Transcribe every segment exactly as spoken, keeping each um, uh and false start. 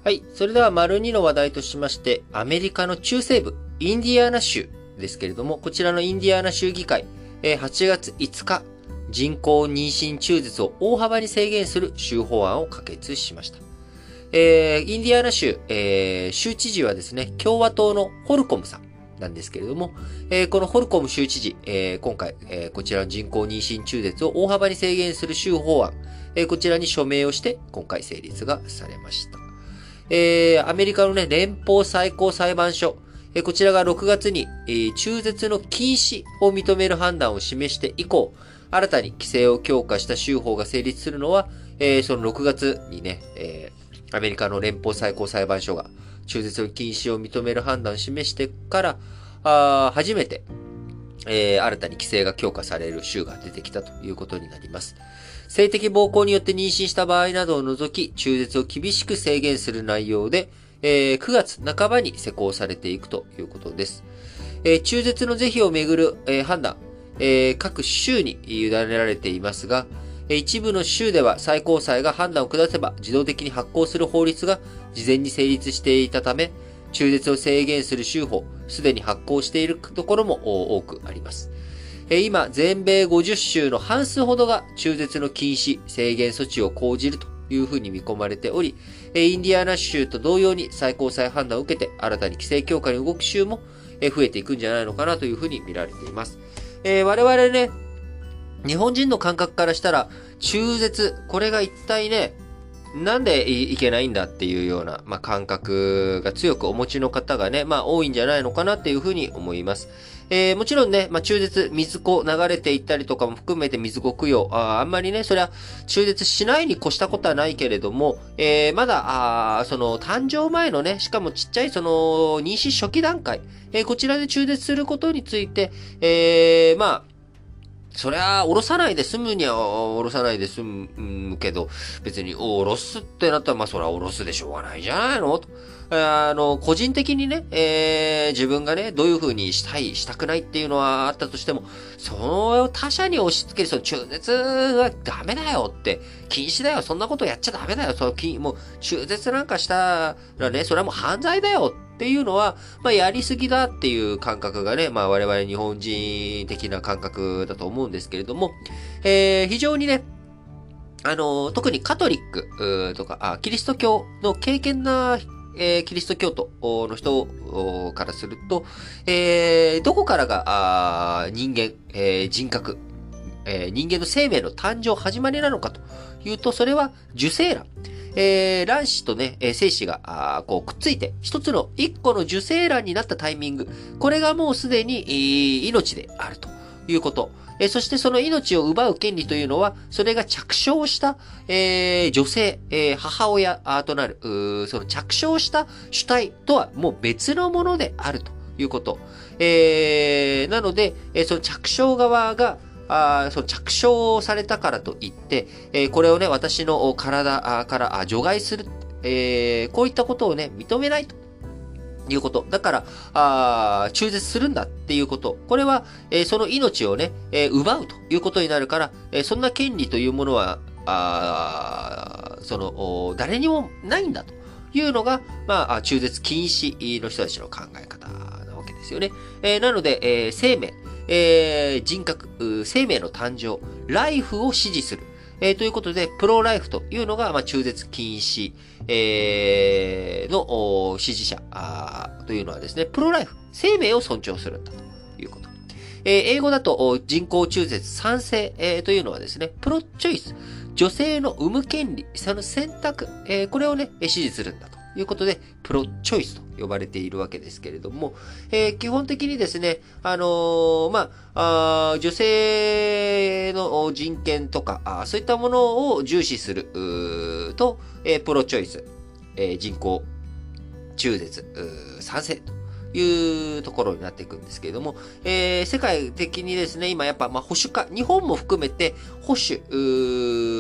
はい。それでは、丸にの話題としまして、アメリカの中西部、インディアナ州ですけれども、こちらのインディアナ州議会、はちがついつか、人工妊娠中絶を大幅に制限する州法案を可決しました。えー、インディアナ州、えー、州知事はですね、共和党のホルコムさんなんですけれども、えー、このホルコム州知事、えー、今回、えー、こちらの人工妊娠中絶を大幅に制限する州法案、えー、こちらに署名をして、今回成立がされました。えー、アメリカのね、連邦最高裁判所、えー、こちらがろくがつに、えー、中絶の禁止を認める判断を示して以降、新たに規制を強化した州法が成立するのは、えー、そのろくがつにね、えーアメリカの連邦最高裁判所が中絶の禁止を認める判断を示してから、あ初めて、えー、新たに規制が強化される州が出てきたということになります。性的暴行によって妊娠した場合などを除き、中絶を厳しく制限する内容で、えー、くがつなかばに施行されていくということです。えー、中絶の是非をめぐる、えー、判断、えー、各州に委ねられていますが、一部の州では最高裁が判断を下せば自動的に発行する法律が事前に成立していたため、中絶を制限する州法、すでに発行しているところも多くあります。今、全米ごじゅっ州の半数ほどが中絶の禁止、制限措置を講じるというふうに見込まれており、インディアナ州と同様に最高裁判断を受けて新たに規制強化に動く州も増えていくんじゃないのかなというふうに見られています。我々ね、日本人の感覚からしたら、中絶、これが一体ね、なんでいけないんだっていうような、まあ、感覚が強くお持ちの方がね、まあ、多いんじゃないのかなっていうふうに思います。えー、もちろんね、まあ、中絶、水子流れていったりとかも含めて水子供養、あ, あんまりね、それは中絶しないに越したことはないけれども、えー、まだ、あその、誕生前のね、しかもちっちゃいその、妊娠初期段階、えー、こちらで中絶することについて、えー、まあ、そりゃ、おろさないで済むにはおろさないで済むけど、別におろすってなったら、まあそりゃおろすでしょうがないじゃないのと。あの、個人的にね、えー、自分がね、どういう風にしたい、したくないっていうのはあったとしても、それを他者に押し付ける、その中絶はダメだよって、禁止だよ、そんなことやっちゃダメだよ、そのもう中絶なんかしたらね、それはもう犯罪だよっていうのは、まあやりすぎだっていう感覚がね、まあ我々日本人的な感覚だと思うんですけれども、えー、非常にね、あの、特にカトリックとか、あキリスト教の敬虔なえー、キリスト教徒の人からすると、えー、どこからがあ人間、えー、人格、えー、人間の生命の誕生始まりなのかというと、それは受精卵。えー、卵子とね、精子があこうくっついて、一つの一個の受精卵になったタイミング、これがもうすでに、えー、命であるということ。えー、そしてその命を奪う権利というのは、それが着床した、えー、女性、えー、母親となる、その着床した主体とはもう別のものであるということ。えー、なので、えー、その着床側が、あその着床されたからといって、えー、これをね、私の体から除外する、えー、こういったことをね、認めないと。いうこと。だから、あ中絶するんだっていうこと。これは、えー、その命をね、えー、奪うということになるから、えー、そんな権利というものは、あその、誰にもないんだというのが、まあ、中絶禁止の人たちの考え方なわけですよね。えー、なので、えー、生命、えー、人格、生命の誕生、ライフを支持する。えー、ということで、プロライフというのが、まあ、中絶禁止、えー、の支持者というのはですね、プロライフ、生命を尊重するんだということ。えー、英語だと人工中絶賛成、えー、というのはですね、プロチョイス、女性の産む権利、その選択、えー、これをね、支持するんだということで、プロチョイスと呼ばれているわけですけれども、えー、基本的にですね、あのー、まあ、あ女性の人権とかあ、そういったものを重視すると、えー、プロチョイス、えー、人工中絶賛成というところになっていくんですけれども、えー、世界的にですね、今やっぱ、まあ、保守化、日本も含めて保守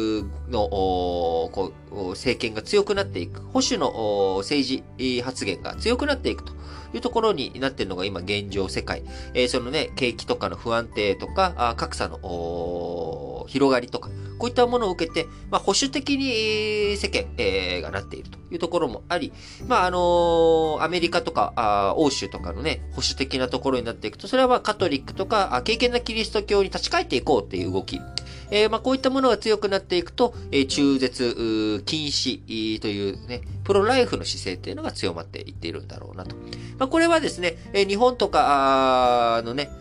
の、こう、政権が強くなっていく、保守の政治発言が強くなっていくというところになっているのが今現状世界。えー、そのね、景気とかの不安定とか、あ格差の広がりとか、こういったものを受けて、まあ、保守的に世間、えー、がなっているというところもあり、まあ、あのー、アメリカとか、あ欧州とかのね、保守的なところになっていくと、それはまあ、カトリックとか、あ敬虔なキリスト教に立ち返っていこうっていう動き。えー、まあ、こういったものが強くなっていくと、えー、中絶禁止というね、プロライフの姿勢っていうのが強まっていっているんだろうなと。まあ、これはですね、えー、日本とか、あのね、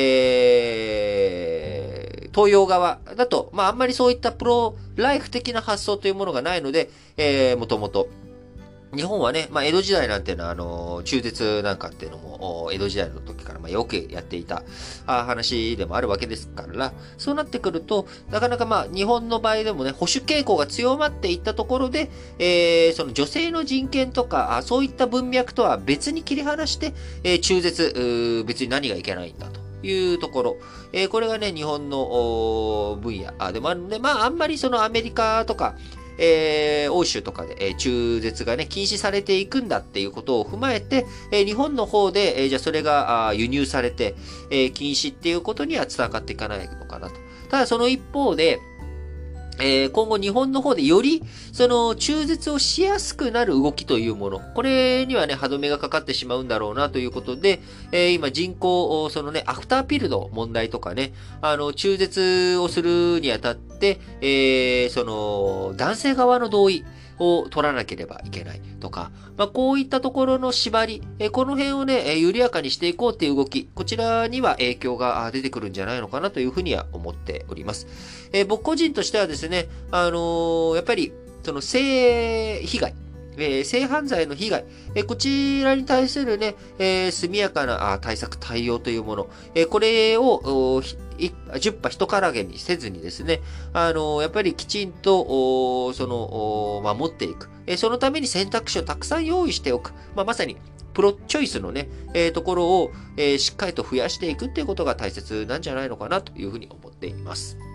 えー、東洋側だと、まあ、あんまりそういったプロライフ的な発想というものがないので、えー、もともと、日本はね、まあ、江戸時代なんていうのは、あの、中絶なんかっていうのも、江戸時代の時から、まあ、よくやっていたあ話でもあるわけですから、そうなってくると、なかなかまあ、日本の場合でもね、保守傾向が強まっていったところで、えー、その女性の人権とか、あそういった文脈とは別に切り離して、えー、中絶、別に何がいけないんだと。いうところ。えー、これがね、日本の分野でもあるので、まあ、あんまりそのアメリカとか、えー、欧州とかで、えー、中絶がね、禁止されていくんだっていうことを踏まえて、えー、日本の方で、えー、じゃあそれがあ輸入されて、えー、禁止っていうことには繋がっていかないのかなと。ただその一方で、えー、今後日本の方でより、その、中絶をしやすくなる動きというもの、これにはね、歯止めがかかってしまうんだろうなということで、えー、今人口、そのね、アフターピルの問題とかね、あの、中絶をするにあたって、えー、その、男性側の同意を取らなければいけないとか、まあ、こういったところの縛り、えー、この辺をね、緩やかにしていこうっていう動き、こちらには影響が出てくるんじゃないのかなというふうには思っております。えー、僕個人としてはですね、あのー、やっぱり、その性被害、えー、性犯罪の被害、えー、こちらに対するね、えー、速やかな対策、対応というもの、えー、これを、じゅっぱ一からげにせずにですね、あのー、やっぱりきちんと、その、守っていく。えー、そのために選択肢をたくさん用意しておく。まあ、まさに、プロチョイスのね、えー、ところを、えー、しっかりと増やしていくっていうことが大切なんじゃないのかなというふうに思っています。